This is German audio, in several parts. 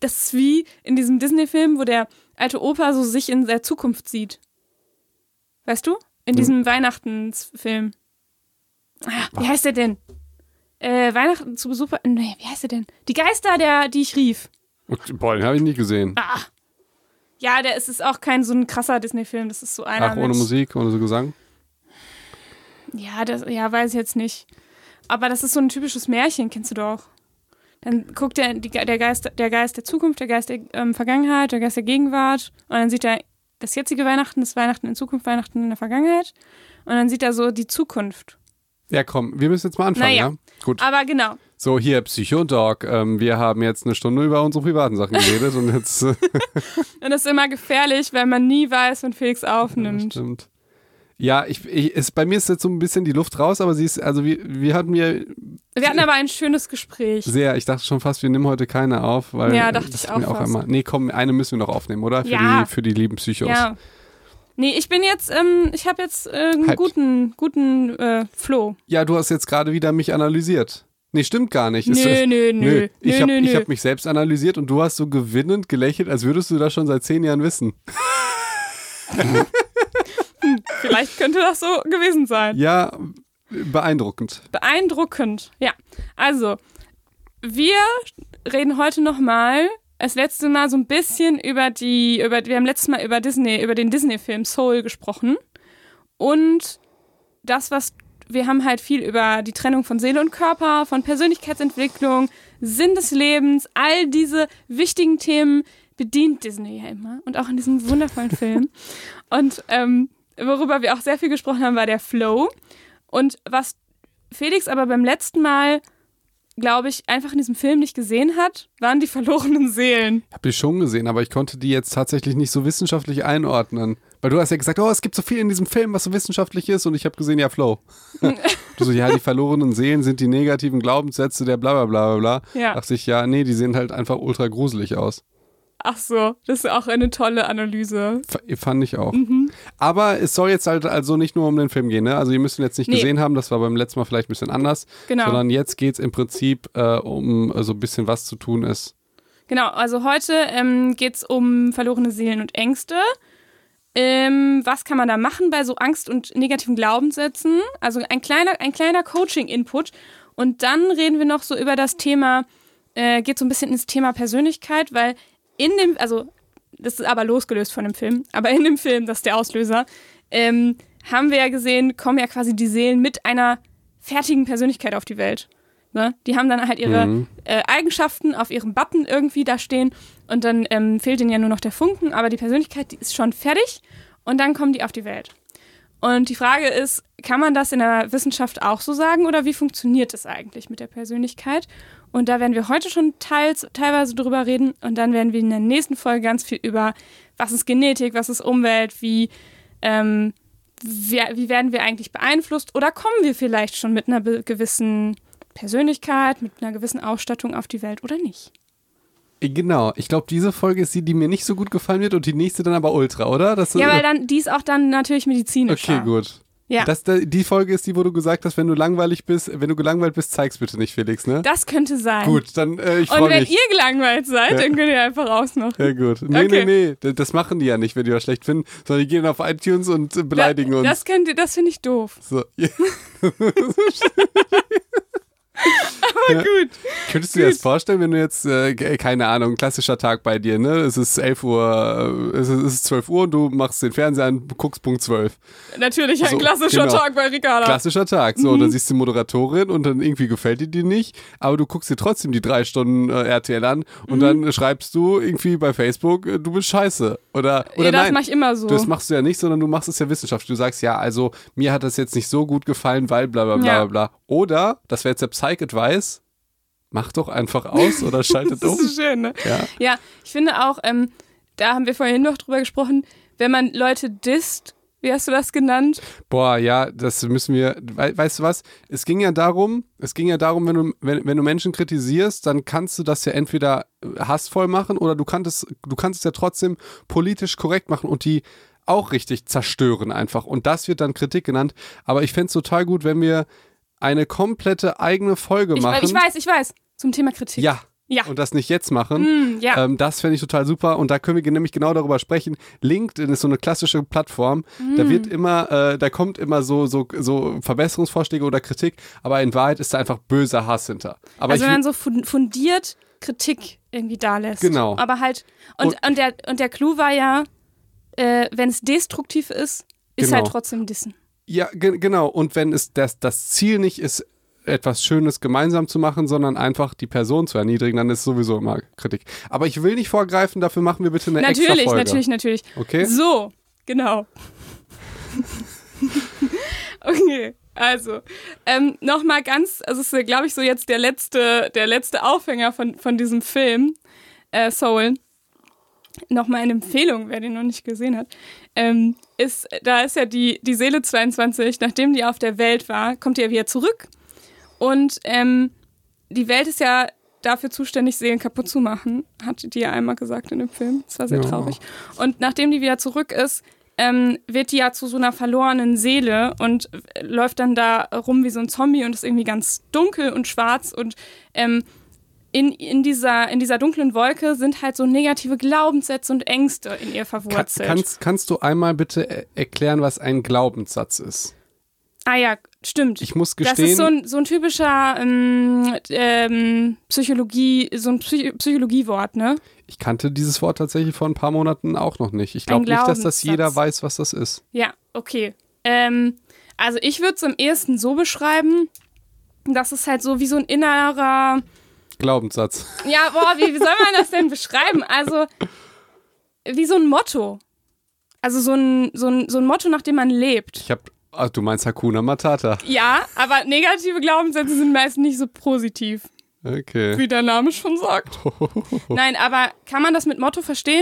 das ist wie in diesem Disney-Film, wo der alte Opa so sich in der Zukunft sieht. Weißt du? In diesem Weihnachtsfilm. Wie heißt der denn? Weihnachten zu Besuch. Nee, wie heißt der denn? Die Geister, die ich rief. Boah, den habe ich nie gesehen. Ja, es ist auch kein so ein krasser Disney-Film. Das ist so einer. Ach, ohne Musik, ohne so Gesang? Ja, weiß ich jetzt nicht. Aber das ist so ein typisches Märchen, kennst du doch. Dann guckt der Geist der Zukunft, der Geist der Vergangenheit, der Geist der Gegenwart. Und dann sieht er das jetzige Weihnachten, das Weihnachten in Zukunft, Weihnachten in der Vergangenheit. Und dann sieht er so die Zukunft. Ja, komm, wir müssen jetzt mal anfangen, naja, ja? Gut. Aber genau. So, hier, Psycho und Dog. Wir haben jetzt eine Stunde über unsere privaten Sachen geredet und jetzt... Und das ist immer gefährlich, weil man nie weiß, wann Felix aufnimmt. Ja, stimmt. Ja, bei mir ist jetzt so ein bisschen die Luft raus, aber wir hatten aber ein schönes Gespräch. Sehr, ich dachte schon fast, wir nehmen heute keine auf, weil ja, dachte ich auch fast. Einmal, nee, komm, eine müssen wir noch aufnehmen, oder? Für die lieben Psychos. Ja. Nee, ich habe jetzt einen guten Flow. Ja, du hast jetzt gerade wieder mich analysiert. Nee, stimmt gar nicht. Nö. Ich habe mich selbst analysiert und du hast so gewinnend gelächelt, als würdest du das schon seit 10 Jahren wissen. Vielleicht könnte das so gewesen sein. Ja, beeindruckend. Beeindruckend, ja. Also, wir reden heute nochmal das letzte Mal so ein bisschen wir haben letztes Mal über den Disney-Film Soul gesprochen. Und wir haben halt viel über die Trennung von Seele und Körper, von Persönlichkeitsentwicklung, Sinn des Lebens, all diese wichtigen Themen bedient Disney ja immer. Und auch in diesem wundervollen Film. Und worüber wir auch sehr viel gesprochen haben, war der Flow. Und was Felix aber beim letzten Mal, glaube ich, einfach in diesem Film nicht gesehen hat, waren die verlorenen Seelen. Ich habe die schon gesehen, aber ich konnte die jetzt tatsächlich nicht so wissenschaftlich einordnen. Weil du hast ja gesagt, es gibt so viel in diesem Film, was so wissenschaftlich ist. Und ich habe gesehen, ja, Flow. Du so, ja, die verlorenen Seelen sind die negativen Glaubenssätze der bla bla bla bla. Ja. Dachte ich, ja, nee, die sehen halt einfach ultra gruselig aus. Ach so, das ist auch eine tolle Analyse. Fand ich auch. Aber es soll jetzt halt also nicht nur um den Film gehen, ne? Also ihr müsst ihn jetzt nicht gesehen haben, das war beim letzten Mal vielleicht ein bisschen anders. Genau. Sondern jetzt geht es im Prinzip um so ein bisschen was zu tun ist. Genau, also heute geht es um verlorene Seelen und Ängste. Was kann man da machen bei so Angst und negativen Glaubenssätzen? Also ein kleiner Coaching-Input. Und dann reden wir noch so über das Thema, geht so ein bisschen ins Thema Persönlichkeit, weil das ist aber losgelöst von dem Film, aber in dem Film, das ist der Auslöser, haben wir ja gesehen, kommen ja quasi die Seelen mit einer fertigen Persönlichkeit auf die Welt. Ne? Die haben dann halt ihre Eigenschaften auf ihrem Button irgendwie da stehen und dann fehlt ihnen ja nur noch der Funken, aber die Persönlichkeit, die ist schon fertig und dann kommen die auf die Welt. Und die Frage ist, kann man das in der Wissenschaft auch so sagen oder wie funktioniert es eigentlich mit der Persönlichkeit? Und da werden wir heute schon teilweise drüber reden und dann werden wir in der nächsten Folge ganz viel über, was ist Genetik, was ist Umwelt, wie werden wir eigentlich beeinflusst oder kommen wir vielleicht schon mit einer gewissen Persönlichkeit, mit einer gewissen Ausstattung auf die Welt oder nicht? Genau, ich glaube, diese Folge ist die mir nicht so gut gefallen wird und die nächste dann aber ultra, oder? Weil die ist auch dann natürlich medizinischer. Okay, gut. Ja. Die Folge ist die, wo du gesagt hast, wenn du gelangweilt bist, zeig's bitte nicht, Felix, ne? Das könnte sein. Gut, dann ich freue mich. Und wenn ihr gelangweilt seid, dann könnt ihr einfach ausmachen. Ja, gut. Nee, das machen die ja nicht, wenn die was schlecht finden, sondern die gehen auf iTunes und beleidigen uns. Das finde ich doof. So. Aber gut. Könntest du dir das vorstellen, wenn du jetzt, keine Ahnung, klassischer Tag bei dir, ne? Es ist 11 Uhr, es ist 12 Uhr und du machst den Fernseher an, guckst Punkt 12. Natürlich ein klassischer Tag bei Ricarda. Klassischer Tag. So, dann siehst du die Moderatorin und dann irgendwie gefällt die dir nicht, aber du guckst dir trotzdem die 3 Stunden RTL an und dann schreibst du irgendwie bei Facebook, du bist scheiße. Oder das nein, mach ich immer so. Das machst du ja nicht, sondern du machst es ja wissenschaftlich. Du sagst, ja, also mir hat das jetzt nicht so gut gefallen, weil bla bla bla bla. Oder, das wäre jetzt der Psych-Advice, mach doch einfach aus oder schaltet um. Das ist so schön, ne? Ja, ich finde auch, da haben wir vorhin noch drüber gesprochen, wenn man Leute disst, wie hast du das genannt? Boah, ja, das müssen wir, weißt du was? Es ging ja darum, wenn du Menschen kritisierst, dann kannst du das ja entweder hassvoll machen oder du kannst es ja trotzdem politisch korrekt machen und die auch richtig zerstören einfach. Und das wird dann Kritik genannt. Aber ich fände es total gut, wenn wir eine komplette eigene Folge machen. Ich weiß. Zum Thema Kritik. Ja, Ja. und das nicht jetzt machen. Ja. Das fände ich total super und da können wir nämlich genau darüber sprechen. LinkedIn ist so eine klassische Plattform, da wird immer, da kommt immer so Verbesserungsvorschläge oder Kritik, aber in Wahrheit ist da einfach böser Hass hinter. Aber also wenn man so fundiert Kritik irgendwie da lässt. Genau. Aber halt, und der Clou war ja, wenn es destruktiv ist Genau. halt trotzdem Dissen. Ja, genau. Und wenn es das Ziel nicht ist, etwas Schönes gemeinsam zu machen, sondern einfach die Person zu erniedrigen, dann ist sowieso immer Kritik. Aber ich will nicht vorgreifen, dafür machen wir bitte eine extra Folge. Natürlich. Okay? So, genau. Okay, also, nochmal ganz, also es ist, glaube ich, so jetzt der letzte Aufhänger von diesem Film, Soul. Nochmal eine Empfehlung, wer den noch nicht gesehen hat. Da ist ja die Seele 22, nachdem die auf der Welt war, kommt die ja wieder zurück. Und die Welt ist ja dafür zuständig, Seelen kaputt zu machen, hat die ja einmal gesagt in dem Film. Das war sehr traurig. Und nachdem die wieder zurück ist, wird die ja zu so einer verlorenen Seele und läuft dann da rum wie so ein Zombie und ist irgendwie ganz dunkel und schwarz und in dieser dunklen Wolke sind halt so negative Glaubenssätze und Ängste in ihr verwurzelt. Kannst du einmal bitte erklären, was ein Glaubenssatz ist? Ah ja, stimmt. Ich muss gestehen. Das ist so ein typischer Psychologiewort, ne? Ich kannte dieses Wort tatsächlich vor ein paar Monaten auch noch nicht. Ich glaube nicht, dass das jeder weiß, was das ist. Ja, okay. Also ich würde es am ehesten so beschreiben, dass es halt so wie so ein innerer Glaubenssatz. Ja, wie soll man das denn beschreiben? Also wie so ein Motto. Also so ein Motto, nach dem man lebt. Du meinst Hakuna Matata. Ja, aber negative Glaubenssätze sind meist nicht so positiv. Okay. Wie der Name schon sagt. Nein, aber kann man das mit Motto verstehen?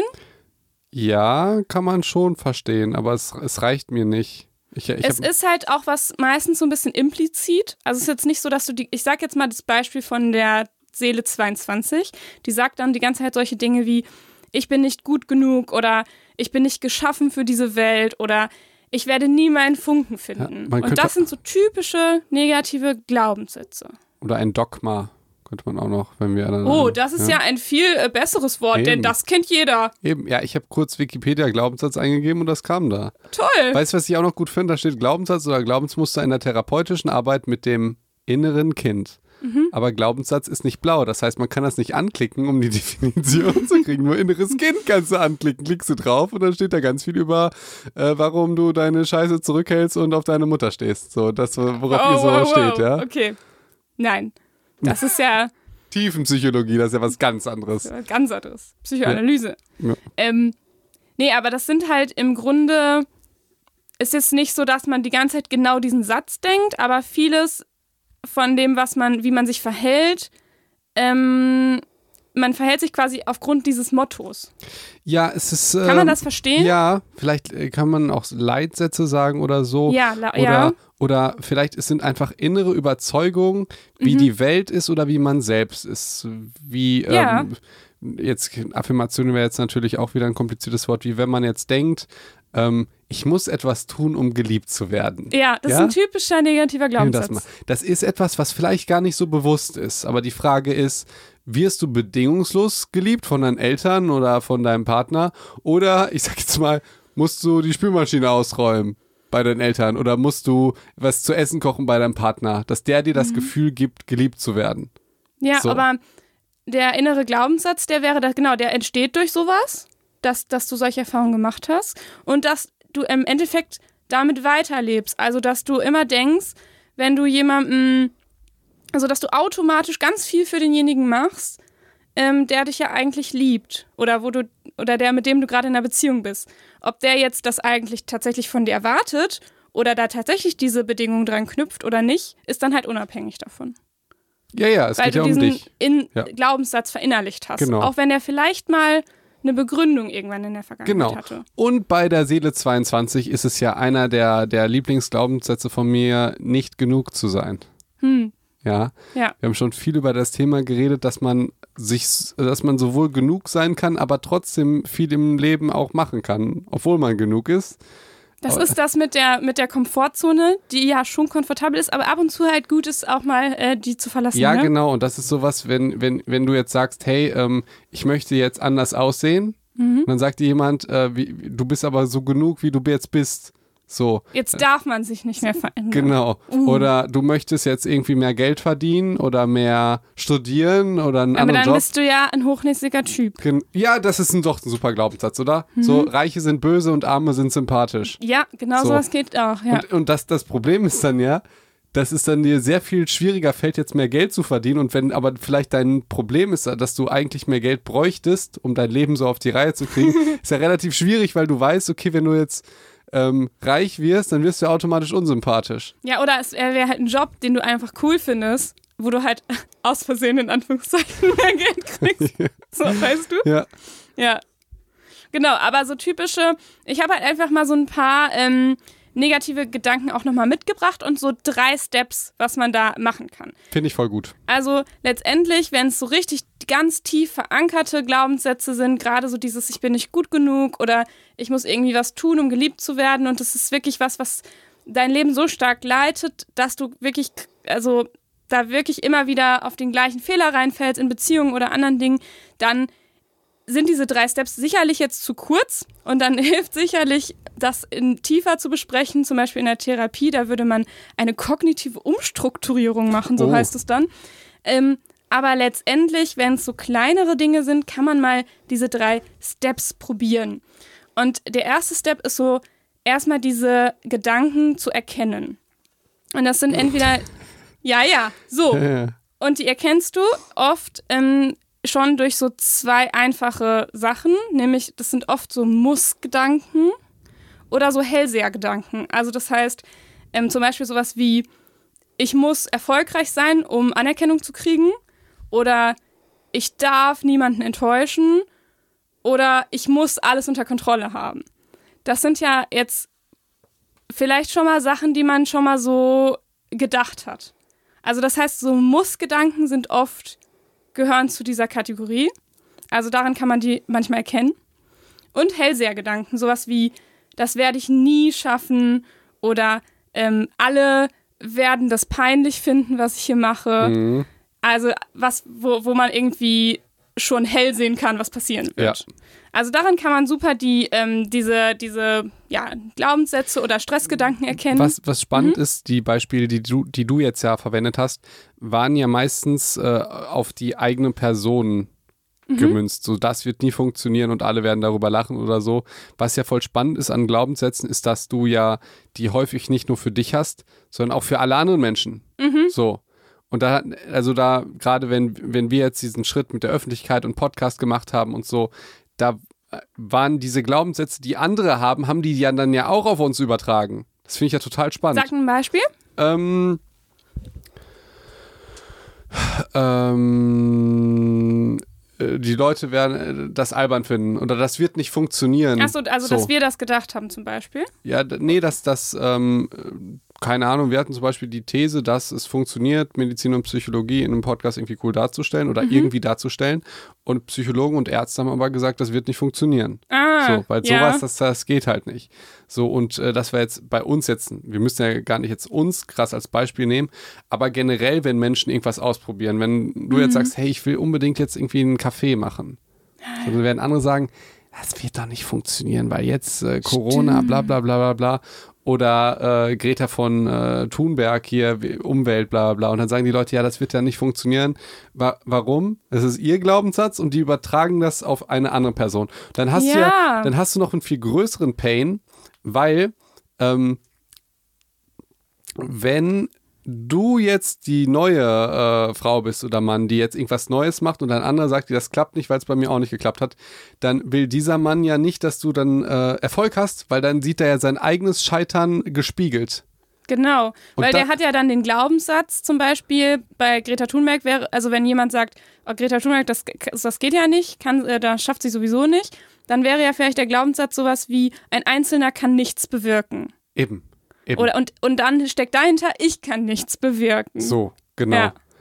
Ja, kann man schon verstehen, aber es reicht mir nicht. Es ist halt auch was meistens so ein bisschen implizit. Also es ist jetzt nicht so, dass ich sag jetzt mal das Beispiel von der Seele 22, die sagt dann die ganze Zeit solche Dinge wie, ich bin nicht gut genug oder ich bin nicht geschaffen für diese Welt oder ich werde nie meinen Funken finden. Ja, und das sind so typische negative Glaubenssätze. Oder ein Dogma könnte man auch noch, wenn wir dann... Oh, das ist ja ein viel besseres Wort, denn das kennt jeder. Eben, ja, ich habe kurz Wikipedia Glaubenssatz eingegeben und das kam da. Toll. Weißt du, was ich auch noch gut finde? Da steht Glaubenssatz oder Glaubensmuster in der therapeutischen Arbeit mit dem inneren Kind. Aber Glaubenssatz ist nicht blau. Das heißt, man kann das nicht anklicken, um die Definition zu kriegen. Nur inneres Kind kannst du anklicken. Klickst du drauf und dann steht da ganz viel über, warum du deine Scheiße zurückhältst und auf deine Mutter stehst. So, das, worauf ihr so steht, ja? Okay. Nein. Das ist ja... Tiefenpsychologie, das ist ja was ganz anderes. Ganz anderes. Psychoanalyse. Ja. Nee, aber das sind halt im Grunde... Es ist nicht so, dass man die ganze Zeit genau diesen Satz denkt, aber vieles von dem, wie man sich verhält, man verhält sich quasi aufgrund dieses Mottos. Ja, es ist... Kann man das verstehen? Ja, vielleicht kann man auch Leitsätze sagen oder so. Ja, Oder vielleicht es sind einfach innere Überzeugungen, wie die Welt ist oder wie man selbst ist. Wie, jetzt Affirmation wäre jetzt natürlich auch wieder ein kompliziertes Wort, wie wenn man jetzt denkt, ich muss etwas tun, um geliebt zu werden. Ja, das ist ein typischer negativer Glaubenssatz. Das ist etwas, was vielleicht gar nicht so bewusst ist. Aber die Frage ist, wirst du bedingungslos geliebt von deinen Eltern oder von deinem Partner? Oder, ich sag jetzt mal, musst du die Spülmaschine ausräumen bei deinen Eltern? Oder musst du was zu essen kochen bei deinem Partner? Dass der dir das Gefühl gibt, geliebt zu werden. Ja, so. Aber der innere Glaubenssatz, der entsteht durch sowas, dass du solche Erfahrungen gemacht hast und dass du im Endeffekt damit weiterlebst. Also, dass du immer denkst, wenn du also, dass du automatisch ganz viel für denjenigen machst, der dich ja eigentlich liebt oder der, mit dem du gerade in einer Beziehung bist. Ob der jetzt das eigentlich tatsächlich von dir erwartet oder da tatsächlich diese Bedingung dran knüpft oder nicht, ist dann halt unabhängig davon. Ja, es geht ja um dich. Weil du diesen Glaubenssatz verinnerlicht hast. Genau. Auch wenn er vielleicht mal eine Begründung irgendwann in der Vergangenheit hatte. Und bei der Seele 22 ist es ja einer der Lieblingsglaubenssätze von mir, nicht genug zu sein. Ja. Wir haben schon viel über das Thema geredet, dass man sowohl genug sein kann, aber trotzdem viel im Leben auch machen kann, obwohl man genug ist. Das ist das mit der Komfortzone, die ja schon komfortabel ist, aber ab und zu halt gut ist, auch mal die zu verlassen. Ja, ne? genau. Und das ist sowas, wenn du jetzt sagst, hey, ich möchte jetzt anders aussehen, und dann sagt dir jemand, du bist aber so genug, wie du jetzt bist. So. Jetzt darf man sich nicht mehr verändern. Genau. Oder du möchtest jetzt irgendwie mehr Geld verdienen oder mehr studieren oder einen aber anderen dann Job. bist du ja ein hochnäsiger Typ. Ja, das ist doch ein super Glaubenssatz, oder? So, Reiche sind böse und Arme sind sympathisch. Ja, genau So. sowas geht auch, ja. Und das Problem ist dann ja, dass es dann dir sehr viel schwieriger fällt, jetzt mehr Geld zu verdienen. Und wenn aber vielleicht dein Problem ist, dass du eigentlich mehr Geld bräuchtest, um dein Leben so auf die Reihe zu kriegen, ist ja relativ schwierig, weil du weißt, okay, wenn du jetzt reich wirst, dann wirst du automatisch unsympathisch. Ja, oder es wäre halt ein Job, den du einfach cool findest, wo du halt aus Versehen in Anführungszeichen mehr Geld kriegst. So, weißt du? Ja. Ja. Genau, aber so typische, ich habe halt einfach mal so ein paar negative Gedanken auch nochmal mitgebracht und so 3 Steps, was man da machen kann. Finde ich voll gut. Also letztendlich, wenn es so richtig ganz tief verankerte Glaubenssätze sind, gerade so dieses ich bin nicht gut genug oder ich muss irgendwie was tun, um geliebt zu werden und das ist wirklich was dein Leben so stark leitet, dass du wirklich, also da wirklich immer wieder auf den gleichen Fehler reinfällst in Beziehungen oder anderen Dingen, dann sind diese 3 Steps sicherlich jetzt zu kurz und dann hilft sicherlich, das tiefer zu besprechen, zum Beispiel in der Therapie, da würde man eine kognitive Umstrukturierung machen, so heißt es dann. Aber letztendlich, wenn es so kleinere Dinge sind, kann man mal diese 3 Steps probieren. Und der erste Step ist so, erstmal diese Gedanken zu erkennen. Und das sind entweder, so. Und die erkennst du oft schon durch so 2 einfache Sachen, nämlich das sind oft so Muss-Gedanken oder so Hellseher-Gedanken. Also das heißt zum Beispiel sowas wie, ich muss erfolgreich sein, um Anerkennung zu kriegen oder ich darf niemanden enttäuschen oder ich muss alles unter Kontrolle haben. Das sind ja jetzt vielleicht schon mal Sachen, die man schon mal so gedacht hat. Also das heißt, so Muss-Gedanken sind oft gehören zu dieser Kategorie. Also daran kann man die manchmal erkennen. Und Hellseher-Gedanken, sowas wie, das werde ich nie schaffen oder alle werden das peinlich finden, was ich hier mache. Mhm. Also wo man irgendwie schon hell sehen kann, was passieren wird. Ja. Also daran kann man super diese Glaubenssätze oder Stressgedanken erkennen. Was spannend ist, die Beispiele, die du jetzt ja verwendet hast, waren ja meistens auf die eigene Person gemünzt. So, das wird nie funktionieren und alle werden darüber lachen oder so. Was ja voll spannend ist an Glaubenssätzen, ist, dass du ja die häufig nicht nur für dich hast, sondern auch für alle anderen Menschen. So. Und da gerade wenn wir jetzt diesen Schritt mit der Öffentlichkeit und Podcast gemacht haben und so, da waren diese Glaubenssätze, die andere haben die dann ja auch auf uns übertragen. Das finde ich ja total spannend. Sag ein Beispiel. Die Leute werden das albern finden oder das wird nicht funktionieren. Achso, also so. Dass wir das gedacht haben zum Beispiel? Ja, nee, keine Ahnung, wir hatten zum Beispiel die These, dass es funktioniert, Medizin und Psychologie in einem Podcast irgendwie cool darzustellen oder irgendwie darzustellen. Und Psychologen und Ärzte haben aber gesagt, das wird nicht funktionieren. Weil sowas, das geht halt nicht. So, und das war jetzt bei uns wir müssen ja gar nicht jetzt uns krass als Beispiel nehmen, aber generell, wenn Menschen irgendwas ausprobieren, wenn du jetzt sagst, hey, ich will unbedingt jetzt irgendwie einen Kaffee machen, dann werden andere sagen, das wird doch nicht funktionieren, weil jetzt Corona, bla bla bla bla bla. Oder Greta von Thunberg hier, Umwelt, bla bla. Und dann sagen die Leute, ja, das wird ja nicht funktionieren. Warum? Das ist ihr Glaubenssatz und die übertragen das auf eine andere Person. Dann hast du noch einen viel größeren Pain, weil wenn du jetzt die neue Frau bist oder Mann, die jetzt irgendwas Neues macht und ein anderer sagt, das klappt nicht, weil es bei mir auch nicht geklappt hat, dann will dieser Mann ja nicht, dass du dann Erfolg hast, weil dann sieht er ja sein eigenes Scheitern gespiegelt. Genau, weil der hat ja dann den Glaubenssatz zum Beispiel bei Greta Thunberg, also wenn jemand sagt, oh, Greta Thunberg, das geht ja nicht, das schafft sie sowieso nicht, dann wäre ja vielleicht der Glaubenssatz sowas wie, ein Einzelner kann nichts bewirken. Eben. Und dann steckt dahinter, ich kann nichts bewirken. So, genau.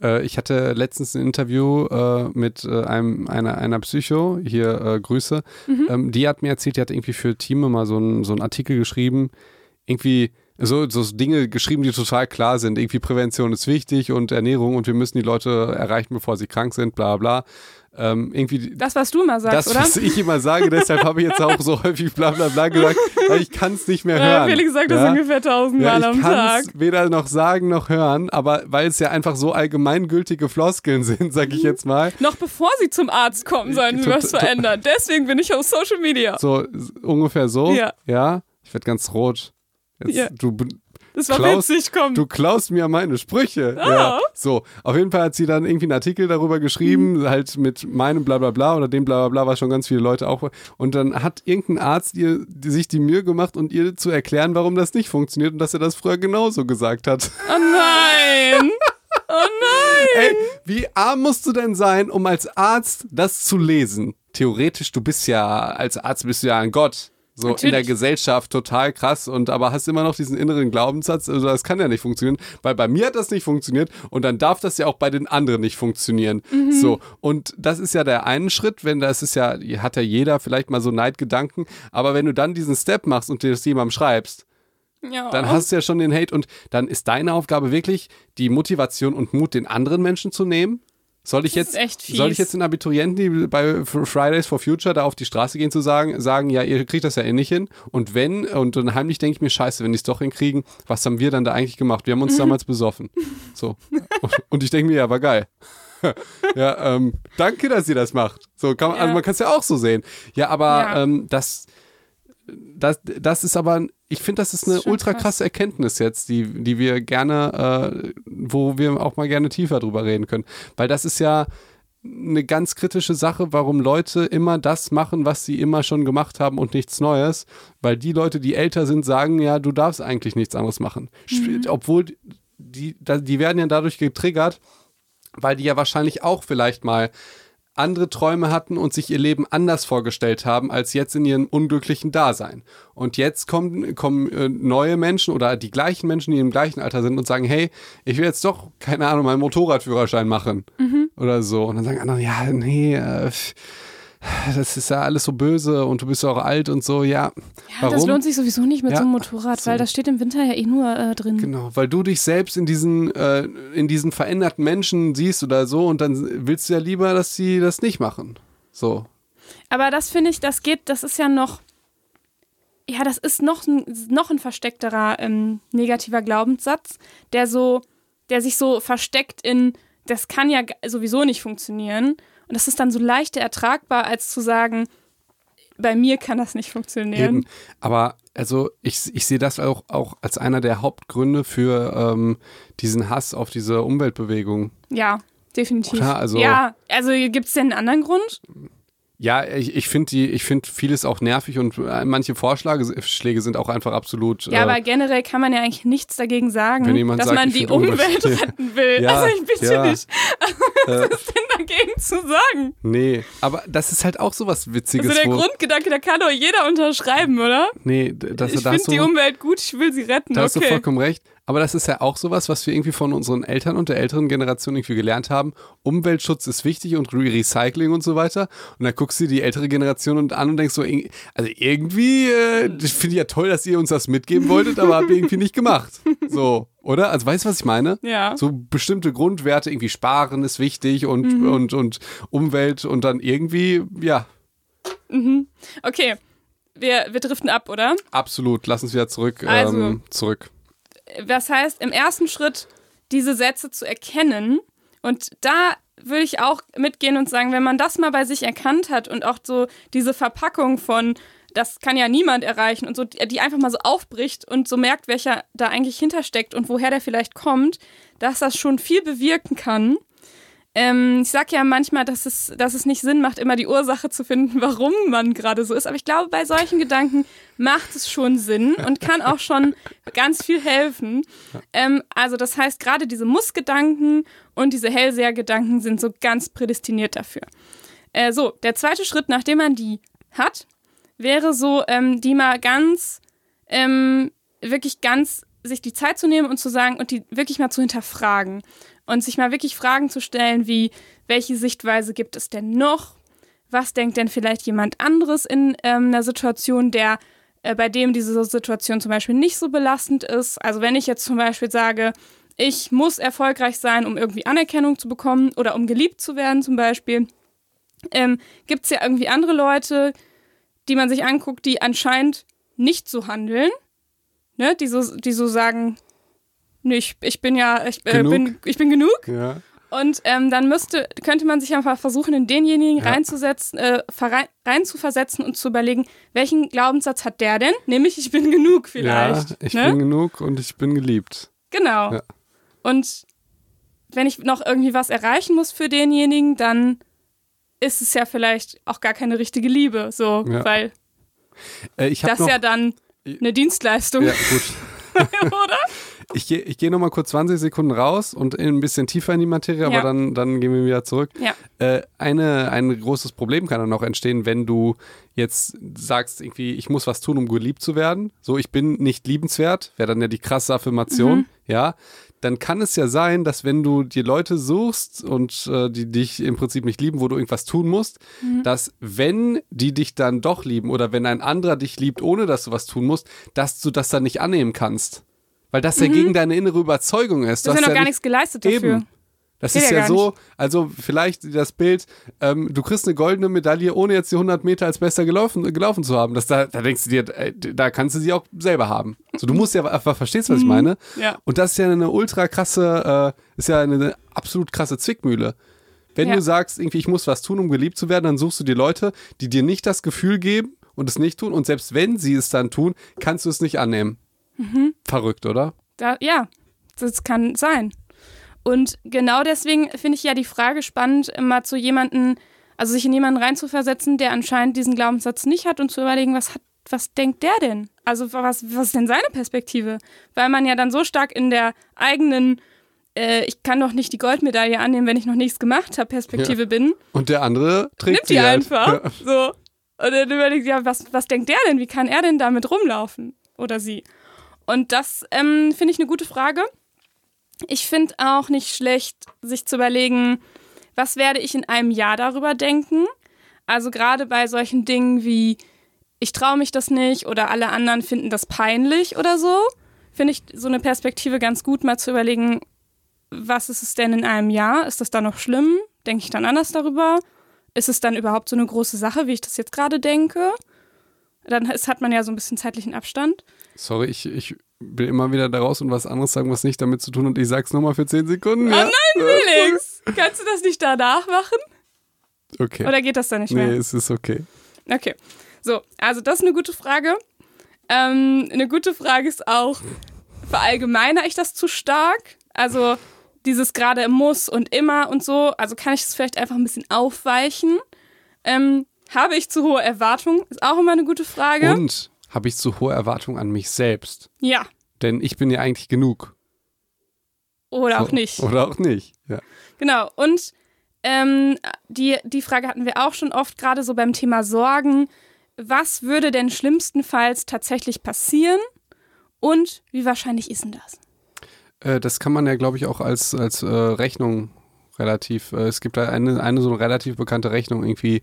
Ich hatte letztens ein Interview mit einer Psycho, hier Grüße, die hat mir erzählt, die hat irgendwie für Time mal so einen Artikel geschrieben, irgendwie so Dinge geschrieben, die total klar sind. Irgendwie Prävention ist wichtig und Ernährung und wir müssen die Leute erreichen, bevor sie krank sind, bla bla. Irgendwie das, was du immer sagst, oder? Das, was ich immer sage, deshalb habe ich jetzt auch so häufig bla bla bla gesagt, weil ich kann es nicht mehr hören. Felix sagt das ungefähr 1000 Mal am Tag. Ich kann es weder noch sagen noch hören, aber weil es ja einfach so allgemeingültige Floskeln sind, sage ich jetzt mal. Noch bevor sie zum Arzt kommen, sollen sie was verändern. Deswegen bin ich auf Social Media. So, ungefähr so? Ja. Ich werde ganz rot. Jetzt, ja. Das war witzig, komm. Du klaust mir meine Sprüche. Oh. Ja. So, auf jeden Fall hat sie dann irgendwie einen Artikel darüber geschrieben, halt mit meinem Blablabla oder dem Blablabla, was schon ganz viele Leute auch. Und dann hat irgendein Arzt sich die Mühe gemacht und ihr zu erklären, warum das nicht funktioniert und dass er das früher genauso gesagt hat. Oh nein! Oh nein! Ey, wie arm musst du denn sein, um als Arzt das zu lesen? Theoretisch, als Arzt bist du ja ein Gott. So natürlich. In der Gesellschaft total krass aber hast immer noch diesen inneren Glaubenssatz, also das kann ja nicht funktionieren, weil bei mir hat das nicht funktioniert und dann darf das ja auch bei den anderen nicht funktionieren. So, und das ist ja der eine Schritt, hat ja jeder vielleicht mal so Neidgedanken, aber wenn du dann diesen Step machst und dir das jemandem schreibst, dann hast du ja schon den Hate und dann ist deine Aufgabe wirklich, die Motivation und Mut den anderen Menschen zu nehmen. Soll ich jetzt den Abiturienten, die bei Fridays for Future da auf die Straße gehen, sagen, ja, ihr kriegt das ja nicht hin. Und dann heimlich denke ich mir, scheiße, wenn die es doch hinkriegen, was haben wir dann da eigentlich gemacht? Wir haben uns damals besoffen. So. Und ich denke mir, ja, war geil. Ja, danke, dass ihr das macht. So also man kann es ja auch so sehen. Ja, aber das ist aber, ich finde, das ist eine ultra krasse Erkenntnis jetzt, die wir gerne, wo wir auch mal gerne tiefer drüber reden können. Weil das ist ja eine ganz kritische Sache, warum Leute immer das machen, was sie immer schon gemacht haben und nichts Neues. Weil die Leute, die älter sind, sagen, ja, du darfst eigentlich nichts anderes machen. Obwohl die werden ja dadurch getriggert, weil die ja wahrscheinlich auch vielleicht mal andere Träume hatten und sich ihr Leben anders vorgestellt haben, als jetzt in ihrem unglücklichen Dasein. Und jetzt kommen neue Menschen oder die gleichen Menschen, die im gleichen Alter sind und sagen, hey, ich will jetzt doch, keine Ahnung, meinen Motorradführerschein machen oder so. Und dann sagen andere, ja, nee, das ist ja alles so böse und du bist ja auch alt und so, ja. Ja, das lohnt sich sowieso nicht mit so einem Motorrad, weil das steht im Winter ja nur drin. Genau, weil du dich selbst in diesen veränderten Menschen siehst oder so und dann willst du ja lieber, dass sie das nicht machen. So. Aber das finde ich, das ist ja noch, das ist noch ein versteckterer negativer Glaubenssatz, der sich so versteckt in, das kann ja sowieso nicht funktionieren. Und das ist dann so leichter ertragbar, als zu sagen, bei mir kann das nicht funktionieren. Eben. Aber also ich sehe das auch als einer der Hauptgründe für diesen Hass auf diese Umweltbewegung. Ja, definitiv. Oder? Also gibt es denn einen anderen Grund? Ja, ich finde vieles auch nervig und manche Vorschläge sind auch einfach absolut. Ja, aber generell kann man ja eigentlich nichts dagegen sagen, dass man die Umwelt retten will. Ja, also ich bitte nicht. Was ist denn dagegen zu sagen? Nee, aber das ist halt auch so was Witziges. Also der Grundgedanke, da kann doch jeder unterschreiben, oder? Nee, ich finde die Umwelt gut, ich will sie retten. Da hast du vollkommen recht. Aber das ist ja auch sowas, was wir irgendwie von unseren Eltern und der älteren Generation irgendwie gelernt haben. Umweltschutz ist wichtig und Recycling und so weiter. Und dann guckst du die ältere Generation an und denkst so, also irgendwie finde ich ja toll, dass ihr uns das mitgeben wolltet, aber habt ihr irgendwie nicht gemacht. So, oder? Also weißt du, was ich meine? Ja. So bestimmte Grundwerte, irgendwie sparen ist wichtig und Umwelt und dann irgendwie, ja. Okay, wir driften ab, oder? Absolut, lass uns wieder zurück. Das heißt, im ersten Schritt diese Sätze zu erkennen und da würde ich auch mitgehen und sagen, wenn man das mal bei sich erkannt hat und auch so diese Verpackung von, das kann ja niemand erreichen und so, die einfach mal so aufbricht und so merkt, welcher da eigentlich hintersteckt und woher der vielleicht kommt, dass das schon viel bewirken kann. Ich sage ja manchmal, dass es nicht Sinn macht, immer die Ursache zu finden, warum man gerade so ist. Aber ich glaube, bei solchen Gedanken macht es schon Sinn und kann auch schon ganz viel helfen. Also das heißt, gerade diese Muss-Gedanken und diese Hellseher-Gedanken sind so ganz prädestiniert dafür. Der zweite Schritt, nachdem man die hat, wäre so, die mal wirklich ganz sich die Zeit zu nehmen und zu sagen und die wirklich mal zu hinterfragen. Und sich mal wirklich Fragen zu stellen, wie, welche Sichtweise gibt es denn noch? Was denkt denn vielleicht jemand anderes in einer Situation, bei dem diese Situation zum Beispiel nicht so belastend ist? Also wenn ich jetzt zum Beispiel sage, ich muss erfolgreich sein, um irgendwie Anerkennung zu bekommen oder um geliebt zu werden zum Beispiel, gibt es ja irgendwie andere Leute, die man sich anguckt, die anscheinend nicht so handeln, ne? Die so sagen, nee, ich bin genug. Ja. Und dann könnte man sich einfach versuchen, in denjenigen reinzuversetzen und zu überlegen, welchen Glaubenssatz hat der denn? Nämlich, ich bin genug vielleicht. Ja, ich bin genug und ich bin geliebt. Genau. Ja. Und wenn ich noch irgendwie was erreichen muss für denjenigen, dann ist es ja vielleicht auch gar keine richtige Liebe, so, weil das ja dann eine Dienstleistung. Ja, gut. Oder? Ich geh noch mal kurz 20 Sekunden raus und ein bisschen tiefer in die Materie, aber dann gehen wir wieder zurück. Ja. Ein großes Problem kann dann auch entstehen, wenn du jetzt sagst, irgendwie, ich muss was tun, um geliebt zu werden. So, ich bin nicht liebenswert, wäre dann ja die krasse Affirmation, ja. Dann kann es ja sein, dass wenn du die Leute suchst und die dich im Prinzip nicht lieben, wo du irgendwas tun musst, dass wenn die dich dann doch lieben oder wenn ein anderer dich liebt, ohne dass du was tun musst, dass du das dann nicht annehmen kannst. Weil das ja gegen deine innere Überzeugung ist. Du hast ja noch gar nichts geleistet dafür. Eben. Das ist ja so, also vielleicht das Bild, du kriegst eine goldene Medaille, ohne jetzt die 100 Meter als Bester gelaufen zu haben. Da denkst du dir, da kannst du sie auch selber haben. So, du musst ja einfach, verstehst was ich meine? Ja. Und das ist ja eine ultra krasse, ist ja eine absolut krasse Zwickmühle. Wenn du sagst, irgendwie, ich muss was tun, um geliebt zu werden, dann suchst du die Leute, die dir nicht das Gefühl geben und es nicht tun. Und selbst wenn sie es dann tun, kannst du es nicht annehmen. Verrückt, oder? Ja, das kann sein. Und genau deswegen finde ich ja die Frage spannend, immer zu jemanden, also sich in jemanden reinzuversetzen, der anscheinend diesen Glaubenssatz nicht hat und zu überlegen, was denkt der denn? Also was ist denn seine Perspektive? Weil man ja dann so stark in der eigenen, ich kann doch nicht die Goldmedaille annehmen, wenn ich noch nichts gemacht habe, Perspektive bin. Und der andere trägt nimmt die halt einfach. Ja. So. Und dann überlegt, ja, was denkt der denn? Wie kann er denn damit rumlaufen? Oder sie? Und das finde ich eine gute Frage. Ich finde auch nicht schlecht, sich zu überlegen, was werde ich in einem Jahr darüber denken? Also gerade bei solchen Dingen wie, ich traue mich das nicht oder alle anderen finden das peinlich oder so, finde ich so eine Perspektive ganz gut, mal zu überlegen, was ist es denn in einem Jahr? Ist das dann noch schlimm? Denke ich dann anders darüber? Ist es dann überhaupt so eine große Sache, wie ich das jetzt gerade denke? Dann hat man ja so ein bisschen zeitlichen Abstand. Sorry, ich will immer wieder da raus und was anderes sagen, was nicht damit zu tun und ich sag's nochmal für 10 Sekunden. Ja? Oh nein, Felix! Kannst du das nicht danach machen? Okay. Oder geht das dann nicht mehr? Nee, es ist okay. Okay. So, also das ist eine gute Frage. Eine gute Frage ist auch, verallgemeiner ich das zu stark? Also dieses gerade muss und immer und so, also kann ich das vielleicht einfach ein bisschen aufweichen? Habe ich zu hohe Erwartungen? Ist auch immer eine gute Frage. Und habe ich zu hohe Erwartungen an mich selbst? Ja. Denn ich bin ja eigentlich genug. Oder auch nicht. Oder auch nicht, ja. Genau, und die Frage hatten wir auch schon oft, gerade so beim Thema Sorgen. Was würde denn schlimmstenfalls tatsächlich passieren? Und wie wahrscheinlich ist denn das? Das kann man ja, glaube ich, auch als Rechnung relativ, es gibt da eine so eine relativ bekannte Rechnung irgendwie,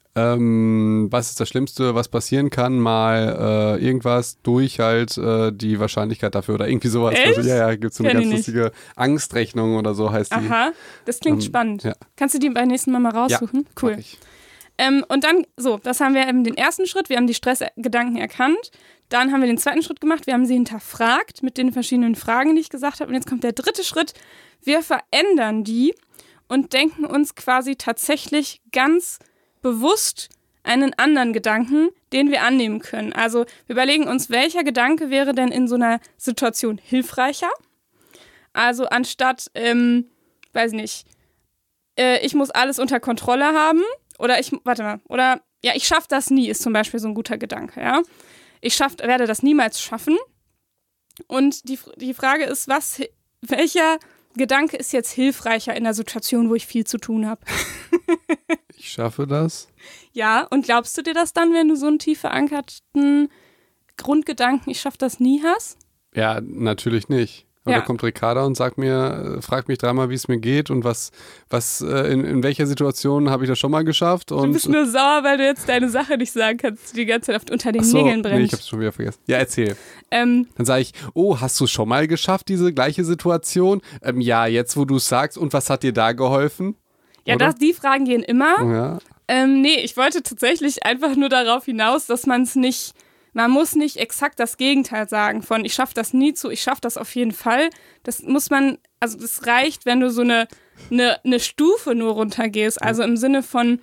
was ist das Schlimmste, was passieren kann, mal irgendwas durch halt die Wahrscheinlichkeit dafür oder irgendwie sowas. Echt? Also, ja, gibt es so eine ganz lustige Angstrechnung oder so heißt die. Aha, das klingt spannend. Ja. Kannst du die beim nächsten Mal raussuchen? Ja, cool. Und dann, so, das haben wir eben den ersten Schritt, wir haben die Stressgedanken erkannt, dann haben wir den zweiten Schritt gemacht, wir haben sie hinterfragt mit den verschiedenen Fragen, die ich gesagt habe und jetzt kommt der dritte Schritt, wir verändern die und denken uns quasi tatsächlich ganz bewusst einen anderen Gedanken, den wir annehmen können. Also wir überlegen uns, welcher Gedanke wäre denn in so einer Situation hilfreicher? Also anstatt, weiß nicht, ich muss alles unter Kontrolle haben oder ich schaffe das nie, ist zum Beispiel so ein guter Gedanke, ja. Ich werde das niemals schaffen. Und die Frage ist, welcher Gedanke ist jetzt hilfreicher in der Situation, wo ich viel zu tun habe? Ich schaffe das. Ja, und glaubst du dir das dann, wenn du so einen tief verankerten Grundgedanken, ich schaffe das nie hast? Ja, natürlich nicht. Oder kommt Ricarda und fragt mich dreimal, wie es mir geht und in welcher Situation habe ich das schon mal geschafft. Und du bist nur sauer, weil du jetzt deine Sache nicht sagen kannst, die die ganze Zeit unter den Nägeln brennt. Nee, ich hab's schon wieder vergessen. Ja, erzähl. Dann sage ich, hast du es schon mal geschafft, diese gleiche Situation? Ja, jetzt wo du es sagst, und was hat dir da geholfen? Ja, die Fragen gehen immer. Ja. Nee, ich wollte tatsächlich einfach nur darauf hinaus, dass man muss nicht exakt das Gegenteil sagen von ich schaffe das nie zu, ich schaffe das auf jeden Fall. Das reicht, wenn du so eine Stufe nur runtergehst. Also im Sinne von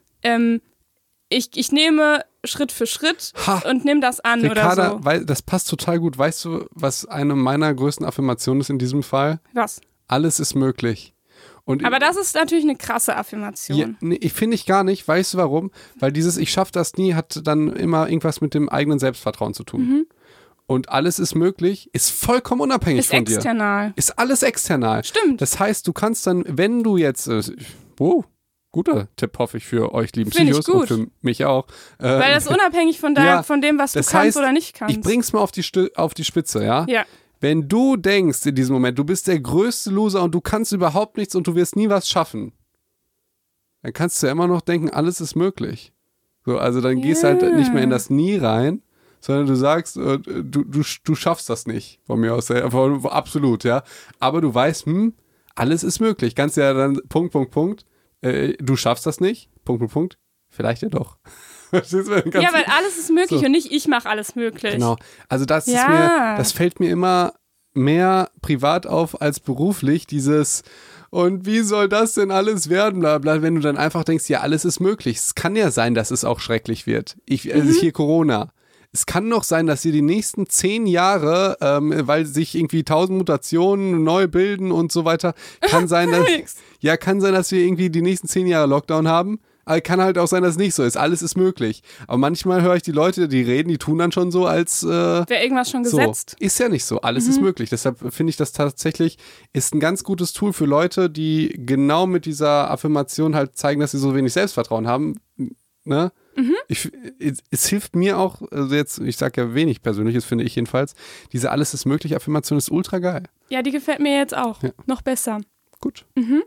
ich nehme Schritt für Schritt und nehme das an Ricarda, oder so. Das passt total gut. Weißt du, was eine meiner größten Affirmationen ist in diesem Fall? Was? Alles ist möglich. Aber das ist natürlich eine krasse Affirmation. Ja, nee, finde ich gar nicht. Weißt du warum? Weil dieses ich schaff das nie hat dann immer irgendwas mit dem eigenen Selbstvertrauen zu tun. Mhm. Und alles ist möglich, ist vollkommen unabhängig von dir. Ist external. Ist alles external. Stimmt. Das heißt, du kannst dann, wenn du jetzt, guter Tipp hoffe ich für euch lieben Find Psychos und für mich auch. Weil das unabhängig von dem, was du kannst oder nicht kannst. Ich bring's mal auf die Spitze, ja? Ja. Wenn du denkst in diesem Moment, du bist der größte Loser und du kannst überhaupt nichts und du wirst nie was schaffen, dann kannst du ja immer noch denken, alles ist möglich. So, also dann gehst halt nicht mehr in das Nie rein, sondern du sagst, du schaffst das nicht, von mir aus, absolut, ja. Aber du weißt, alles ist möglich. Kannst ja dann, Punkt, du schaffst das nicht, Punkt, vielleicht ja doch. Ja, weil alles ist möglich und nicht ich mache alles möglich. Genau. Also das fällt mir immer mehr privat auf als beruflich, dieses und wie soll das denn alles werden, bla bla, wenn du dann einfach denkst, ja, alles ist möglich. Es kann ja sein, dass es auch schrecklich wird. Hier Corona. Es kann noch sein, dass ihr die nächsten 10 Jahre, weil sich irgendwie 1000 Mutationen neu bilden und so weiter, kann sein, dass wir irgendwie die nächsten 10 Jahre Lockdown haben. Aber kann halt auch sein, dass es nicht so ist. Alles ist möglich. Aber manchmal höre ich die Leute, die reden, die tun dann schon so, als wäre irgendwas schon gesetzt. Ist ja nicht so. Alles ist möglich. Deshalb finde ich das tatsächlich ist ein ganz gutes Tool für Leute, die genau mit dieser Affirmation halt zeigen, dass sie so wenig Selbstvertrauen haben. Ne? Es hilft mir auch, also jetzt, ich sage ja wenig Persönliches, finde ich jedenfalls, diese Alles ist möglich Affirmation ist ultra geil. Ja, die gefällt mir jetzt auch. Ja. Noch besser. Gut.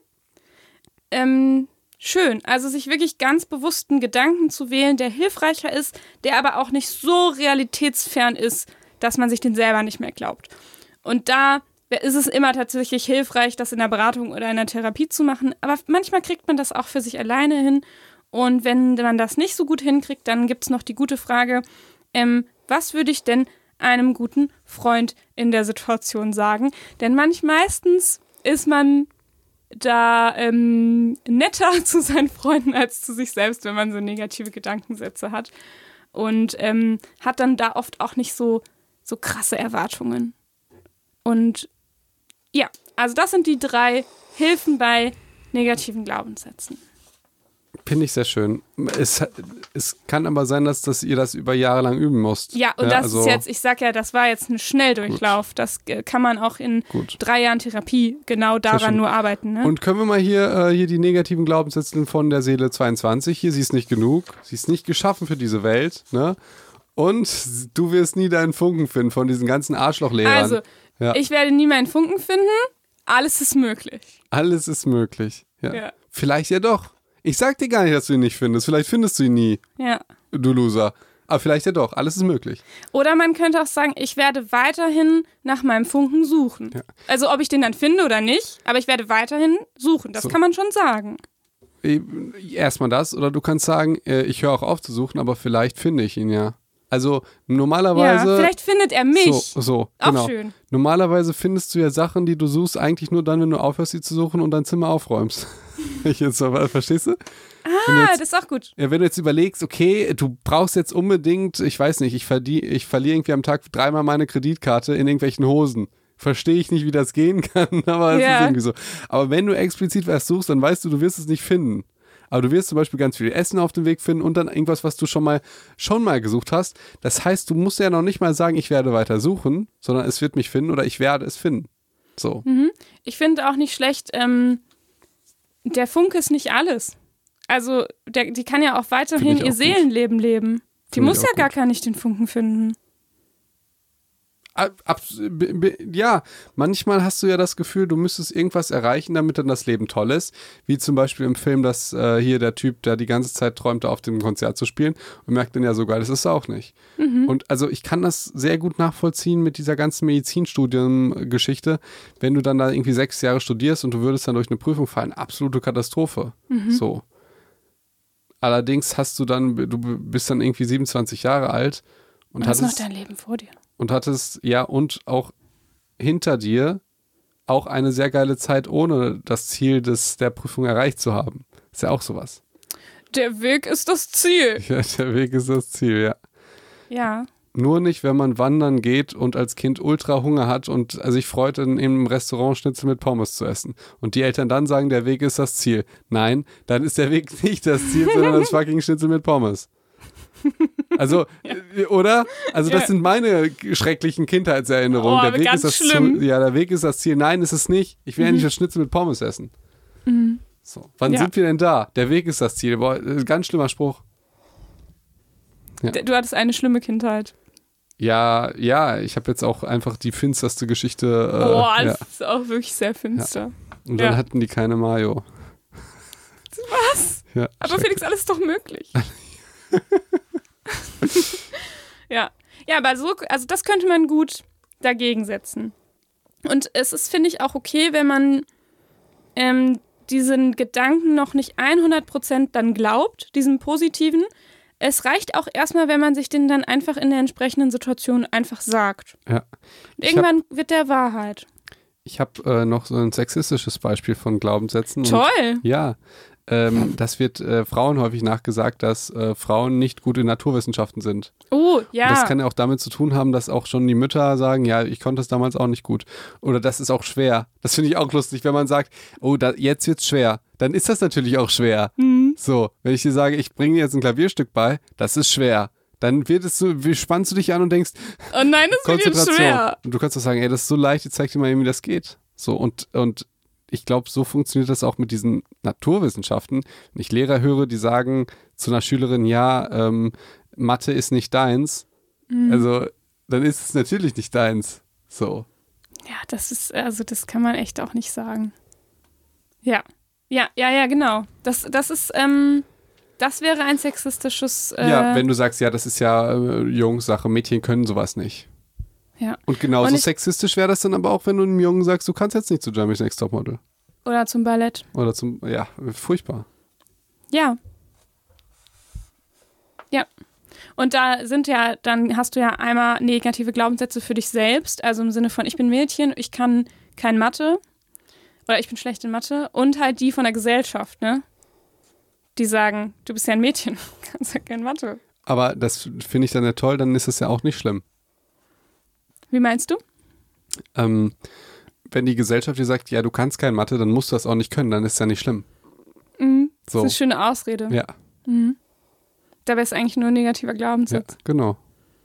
Schön, also sich wirklich ganz bewussten Gedanken zu wählen, der hilfreicher ist, der aber auch nicht so realitätsfern ist, dass man sich den selber nicht mehr glaubt. Und da ist es immer tatsächlich hilfreich, das in der Beratung oder in der Therapie zu machen, aber manchmal kriegt man das auch für sich alleine hin. Und wenn man das nicht so gut hinkriegt, dann gibt es noch die gute Frage, was würde ich denn einem guten Freund in der Situation sagen? Denn meistens ist man da netter zu seinen Freunden als zu sich selbst, wenn man so negative Gedankensätze hat. Und hat dann da oft auch nicht so krasse Erwartungen. Und ja, also das sind die 3 Hilfen bei negativen Glaubenssätzen. Finde ich sehr schön. Es kann aber sein, dass ihr das über Jahre lang üben müsst. Ja, und das ist jetzt, ich sag ja, das war jetzt ein Schnelldurchlauf. Gut. Das kann man auch in 3 Jahren Therapie genau daran nur arbeiten. Ne? Und können wir mal hier die negativen Glaubenssätze von der Seele 22, hier, sie ist nicht genug, sie ist nicht geschaffen für diese Welt, ne? Und du wirst nie deinen Funken finden von diesen ganzen Arschlochlehrern. Also, ich werde nie meinen Funken finden, alles ist möglich. Alles ist möglich, ja. Vielleicht ja doch. Ich sag dir gar nicht, dass du ihn nicht findest. Vielleicht findest du ihn nie, du Loser. Aber vielleicht ja doch. Alles ist möglich. Oder man könnte auch sagen, ich werde weiterhin nach meinem Funken suchen. Ja. Also ob ich den dann finde oder nicht, aber ich werde weiterhin suchen. Das kann man schon sagen. Erstmal das. Oder du kannst sagen, ich höre auch auf zu suchen, aber vielleicht finde ich ihn ja. Also normalerweise... Ja, vielleicht findet er mich. So, auch genau. Schön. Normalerweise findest du ja Sachen, die du suchst, eigentlich nur dann, wenn du aufhörst, sie zu suchen und dein Zimmer aufräumst. Verstehst du? Das ist auch gut. Ja, wenn du jetzt überlegst, okay, du brauchst jetzt unbedingt, ich weiß nicht, ich verliere irgendwie am Tag 3-mal meine Kreditkarte in irgendwelchen Hosen. Verstehe ich nicht, wie das gehen kann, aber es ist irgendwie so. Aber wenn du explizit was suchst, dann weißt du, du wirst es nicht finden. Aber du wirst zum Beispiel ganz viel Essen auf dem Weg finden und dann irgendwas, was du schon mal gesucht hast. Das heißt, du musst ja noch nicht mal sagen, ich werde weiter suchen, sondern es wird mich finden oder ich werde es finden. So. Ich finde auch nicht schlecht, der Funke ist nicht alles. Also, die kann ja auch weiterhin ihr Seelenleben leben. Die muss ja gar nicht den Funken finden. Ja, manchmal hast du ja das Gefühl, du müsstest irgendwas erreichen, damit dann das Leben toll ist. Wie zum Beispiel im Film, dass hier der Typ, der die ganze Zeit träumte, auf dem Konzert zu spielen und merkt dann ja so geil, das ist es auch nicht. Und also ich kann das sehr gut nachvollziehen mit dieser ganzen Medizinstudiengeschichte. Wenn du dann da irgendwie 6 Jahre studierst und du würdest dann durch eine Prüfung fallen, absolute Katastrophe. So. Allerdings du bist dann irgendwie 27 Jahre alt und hast noch dein Leben vor dir. Und hattest, ja, und auch hinter dir auch eine sehr geile Zeit, ohne das Ziel der Prüfung erreicht zu haben. Ist ja auch sowas. Der Weg ist das Ziel. Ja, der Weg ist das Ziel, ja. Ja. Nur nicht, wenn man wandern geht und als Kind ultra Hunger hat und sich freut, im Restaurant Schnitzel mit Pommes zu essen. Und die Eltern dann sagen, der Weg ist das Ziel. Nein, dann ist der Weg nicht das Ziel, sondern das fucking Schnitzel mit Pommes. Also, oder? Also, das sind meine schrecklichen Kindheitserinnerungen. Der Weg ganz ist das schlimm. der Weg ist das Ziel. Nein, ist es nicht. Ich will ja nicht das Schnitzel mit Pommes essen. So. Wann sind wir denn da? Der Weg ist das Ziel. Boah, ganz schlimmer Spruch. Ja. Du hattest eine schlimme Kindheit. Ja, ich habe jetzt auch einfach die finsterste Geschichte. Das ist auch wirklich sehr finster. Ja. Und dann hatten die keine Mayo. Was? Ja, aber Felix, alles ist doch möglich. Ja, aber also das könnte man gut dagegen setzen. Und es ist, finde ich, auch okay, wenn man diesen Gedanken noch nicht 100% dann glaubt, diesen positiven. Es reicht auch erstmal, wenn man sich den dann einfach in der entsprechenden Situation einfach sagt. Ja. Irgendwann wird der Wahrheit. Ich habe noch so ein sexistisches Beispiel von Glaubenssätzen. Toll! Und, ja. Das wird Frauen häufig nachgesagt, dass Frauen nicht gut in Naturwissenschaften sind. Oh, ja. Und das kann ja auch damit zu tun haben, dass auch schon die Mütter sagen, ja, ich konnte es damals auch nicht gut. Oder das ist auch schwer. Das finde ich auch lustig, wenn man sagt, oh, jetzt wird's schwer. Dann ist das natürlich auch schwer. So, wenn ich dir sage, ich bringe dir jetzt ein Klavierstück bei, das ist schwer. Dann spannst du dich an und denkst, oh nein, das wird jetzt schwer. Und du kannst doch sagen, ey, das ist so leicht, ich zeig dir mal, wie das geht. So, und ich glaube, so funktioniert das auch mit diesen Naturwissenschaften. Wenn ich Lehrer höre, die sagen zu einer Schülerin, ja, Mathe ist nicht deins, also dann ist es natürlich nicht deins. So. Ja, das kann man echt auch nicht sagen. Ja, genau. Das ist, das wäre ein sexistisches... Ja, wenn du sagst, ja, das ist ja Jungs-Sache, Mädchen können sowas nicht. Ja. Und genauso sexistisch wäre das dann aber auch, wenn du einem Jungen sagst, du kannst jetzt nicht zu Germany's Next Topmodel. Oder zum Ballett. Oder furchtbar. Ja. Ja. Und dann hast du ja einmal negative Glaubenssätze für dich selbst, also im Sinne von, ich bin Mädchen, ich kann kein Mathe oder ich bin schlecht in Mathe und halt die von der Gesellschaft, ne? Die sagen, du bist ja ein Mädchen, kannst ja kein Mathe. Aber das finde ich dann ja toll, dann ist es ja auch nicht schlimm. Wie meinst du? Wenn die Gesellschaft dir sagt, ja, du kannst kein Mathe, dann musst du das auch nicht können, dann ist es ja nicht schlimm. Das ist eine schöne Ausrede. Ja. Dabei ist eigentlich nur ein negativer Glaubenssatz. Ja, genau.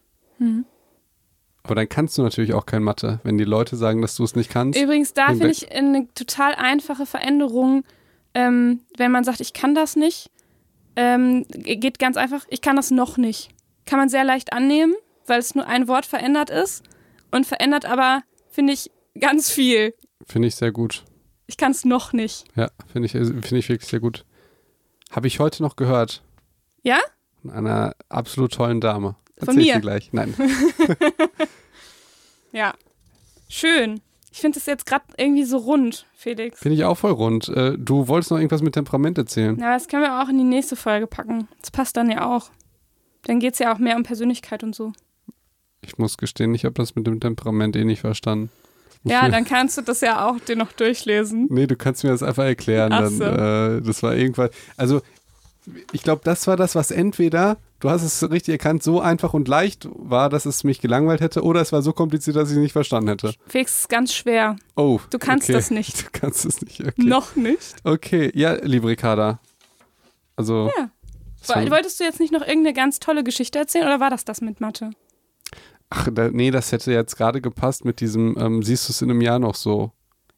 Aber dann kannst du natürlich auch kein Mathe, wenn die Leute sagen, dass du es nicht kannst. Übrigens, da finde ich eine total einfache Veränderung, wenn man sagt, ich kann das nicht, geht ganz einfach, ich kann das noch nicht. Kann man sehr leicht annehmen, weil es nur ein Wort verändert ist und verändert aber, finde ich, ganz viel. Finde ich sehr gut. Ich kann es noch nicht. Ja, finde ich wirklich sehr gut. Habe ich heute noch gehört. Ja? Von einer absolut tollen Dame. Von mir? Ich dir gleich. Nein. Ja. Schön. Ich finde es jetzt gerade irgendwie so rund, Felix. Finde ich auch voll rund. Du wolltest noch irgendwas mit Temperament erzählen. Na, das können wir auch in die nächste Folge packen. Das passt dann ja auch. Dann geht es ja auch mehr um Persönlichkeit und so. Ich muss gestehen, ich habe das mit dem Temperament nicht verstanden. Ja, dann kannst du das ja auch dir noch durchlesen. Nee, du kannst mir das einfach erklären. Ach so. Das war irgendwann. Also, ich glaube, das war das, was entweder, du hast es richtig erkannt, so einfach und leicht war, dass es mich gelangweilt hätte, oder es war so kompliziert, dass ich es nicht verstanden hätte. Felix, ist ganz schwer. Oh. Du kannst das nicht. Du kannst es nicht, okay. Noch nicht? Okay, ja, liebe Ricarda. Also. Ja. Wolltest du jetzt nicht noch irgendeine ganz tolle Geschichte erzählen oder war das mit Mathe? Ach, nee, das hätte jetzt gerade gepasst mit diesem, siehst du es in einem Jahr noch so?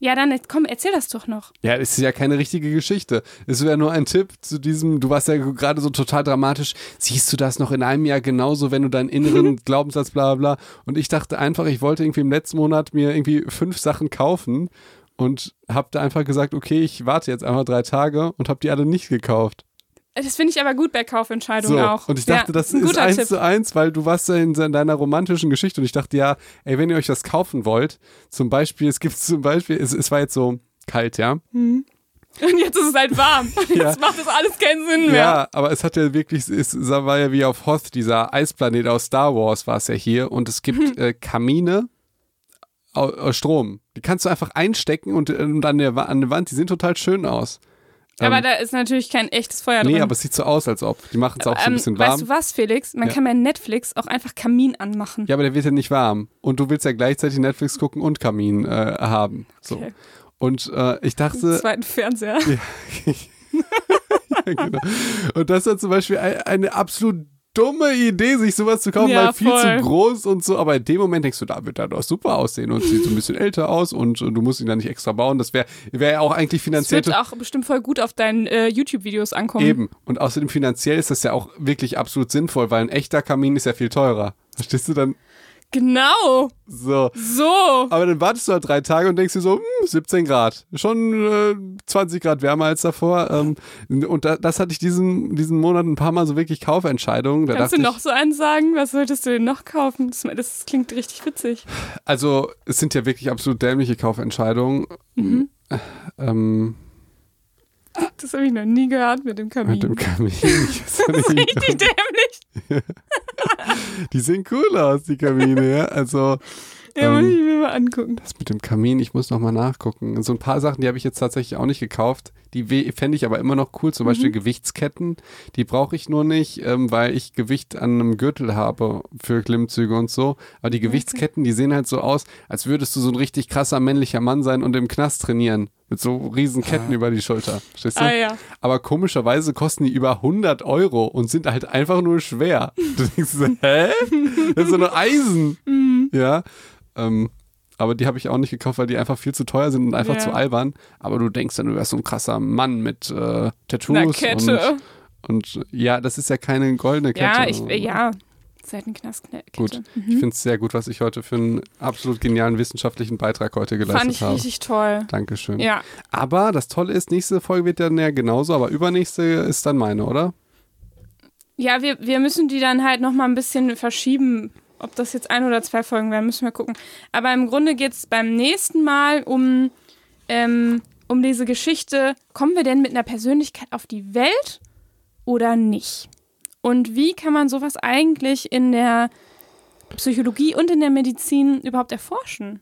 Ja, dann komm, erzähl das doch noch. Ja, es ist ja keine richtige Geschichte. Es wäre nur ein Tipp zu diesem, du warst ja gerade so total dramatisch, siehst du das noch in einem Jahr genauso, wenn du deinen inneren Glaubenssatz bla bla bla. Und ich dachte einfach, ich wollte irgendwie im letzten Monat mir irgendwie 5 Sachen kaufen und habe da einfach gesagt, okay, ich warte jetzt einfach 3 Tage und habe die alle nicht gekauft. Das finde ich aber gut bei Kaufentscheidungen So, auch. und ich dachte, das ist 1:1, weil du warst ja in deiner romantischen Geschichte und ich dachte, ja, ey, wenn ihr euch das kaufen wollt, es war jetzt so kalt, ja. Und jetzt ist es halt warm. Jetzt macht das alles keinen Sinn mehr. Ja, aber es hat ja wirklich, es war ja wie auf Hoth, dieser Eisplanet aus Star Wars war es ja hier und es gibt Kamine aus Strom. Die kannst du einfach einstecken und an der Wand, die sehen total schön aus. Aber da ist natürlich kein echtes Feuer drin. Nee, aber es sieht so aus, als ob. Die machen es auch so ein bisschen warm. Weißt du was, Felix? Man kann bei Netflix auch einfach Kamin anmachen. Ja, aber der wird ja nicht warm. Und du willst ja gleichzeitig Netflix gucken und Kamin haben. So. Okay. Und ich dachte... Den zweiten Fernseher. Ja, ja, genau. Und das war zum Beispiel eine absolut dumme Idee, sich sowas zu kaufen, weil viel zu groß und so. Aber in dem Moment denkst du, da wird er doch super aussehen und sieht so ein bisschen älter aus und du musst ihn da nicht extra bauen. Das wäre ja auch eigentlich finanziell... Das wird auch bestimmt voll gut auf deinen YouTube-Videos ankommen. Eben. Und außerdem finanziell ist das ja auch wirklich absolut sinnvoll, weil ein echter Kamin ist ja viel teurer. Verstehst du dann? Genau. So. Aber dann wartest du halt 3 Tage und denkst dir so, 17 Grad. Schon 20 Grad wärmer als davor. Und das hatte ich diesen Monat ein paar Mal so wirklich Kaufentscheidungen. Kannst du noch so einen sagen? Was solltest du denn noch kaufen? Das klingt richtig witzig. Also, es sind ja wirklich absolut dämliche Kaufentscheidungen. Das habe ich noch nie gehört mit dem Kamin. Mit dem Kamin. Das ist richtig dämlich. Die sehen cool aus, die Kamine, ja. Also. Ja, muss ich mir mal angucken. Das mit dem Kamin, ich muss nochmal nachgucken. So ein paar Sachen, die habe ich jetzt tatsächlich auch nicht gekauft. Die fände ich aber immer noch cool. Zum Beispiel Gewichtsketten. Die brauche ich nur nicht, weil ich Gewicht an einem Gürtel habe für Klimmzüge und so. Aber die Gewichtsketten, die sehen halt so aus, als würdest du so ein richtig krasser männlicher Mann sein und im Knast trainieren. Mit so riesen Ketten über die Schulter. Verstehst du? Ja. Aber komischerweise kosten die über 100 € und sind halt einfach nur schwer. Du denkst so, hä? Das ist so eine Eisen. Ja. Aber die habe ich auch nicht gekauft, weil die einfach viel zu teuer sind und einfach zu albern. Aber du denkst dann, du wärst so ein krasser Mann mit Tattoos. Eine Kette. Und ja, das ist ja keine goldene Kette. Seit ein Knastkette. Gut, ich finde es sehr gut, was ich heute für einen absolut genialen wissenschaftlichen Beitrag heute geleistet habe. Fand ich richtig toll. Dankeschön. Ja. Aber das Tolle ist, nächste Folge wird dann ja genauso, aber übernächste ist dann meine, oder? Ja, wir müssen die dann halt nochmal ein bisschen verschieben. Ob das jetzt 1 oder 2 Folgen werden, müssen wir gucken. Aber im Grunde geht es beim nächsten Mal um diese Geschichte, kommen wir denn mit einer Persönlichkeit auf die Welt oder nicht? Und wie kann man sowas eigentlich in der Psychologie und in der Medizin überhaupt erforschen?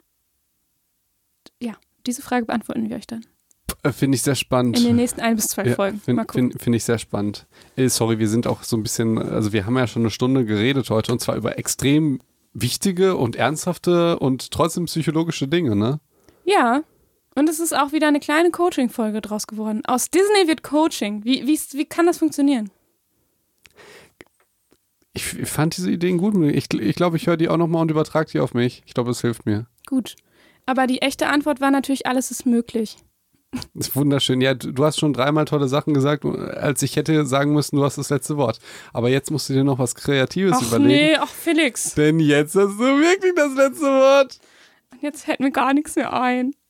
Ja, diese Frage beantworten wir euch dann. Finde ich sehr spannend. In den nächsten 1 bis 2 Folgen. Finde ich sehr spannend. Sorry, wir sind auch so ein bisschen, also wir haben ja schon eine Stunde geredet heute und zwar über extrem wichtige und ernsthafte und trotzdem psychologische Dinge, ne? Ja, und es ist auch wieder eine kleine Coaching-Folge draus geworden. Aus Disney wird Coaching. Wie kann das funktionieren? Ich fand diese Ideen gut. Ich glaube, ich höre die auch nochmal und übertrage die auf mich. Ich glaube, es hilft mir. Gut. Aber die echte Antwort war natürlich, alles ist möglich. Das ist wunderschön. Ja, du hast schon 3-mal tolle Sachen gesagt, als ich hätte sagen müssen, du hast das letzte Wort. Aber jetzt musst du dir noch was Kreatives überlegen. Ach Felix. Denn jetzt hast du wirklich das letzte Wort. Und jetzt fällt mir gar nichts mehr ein.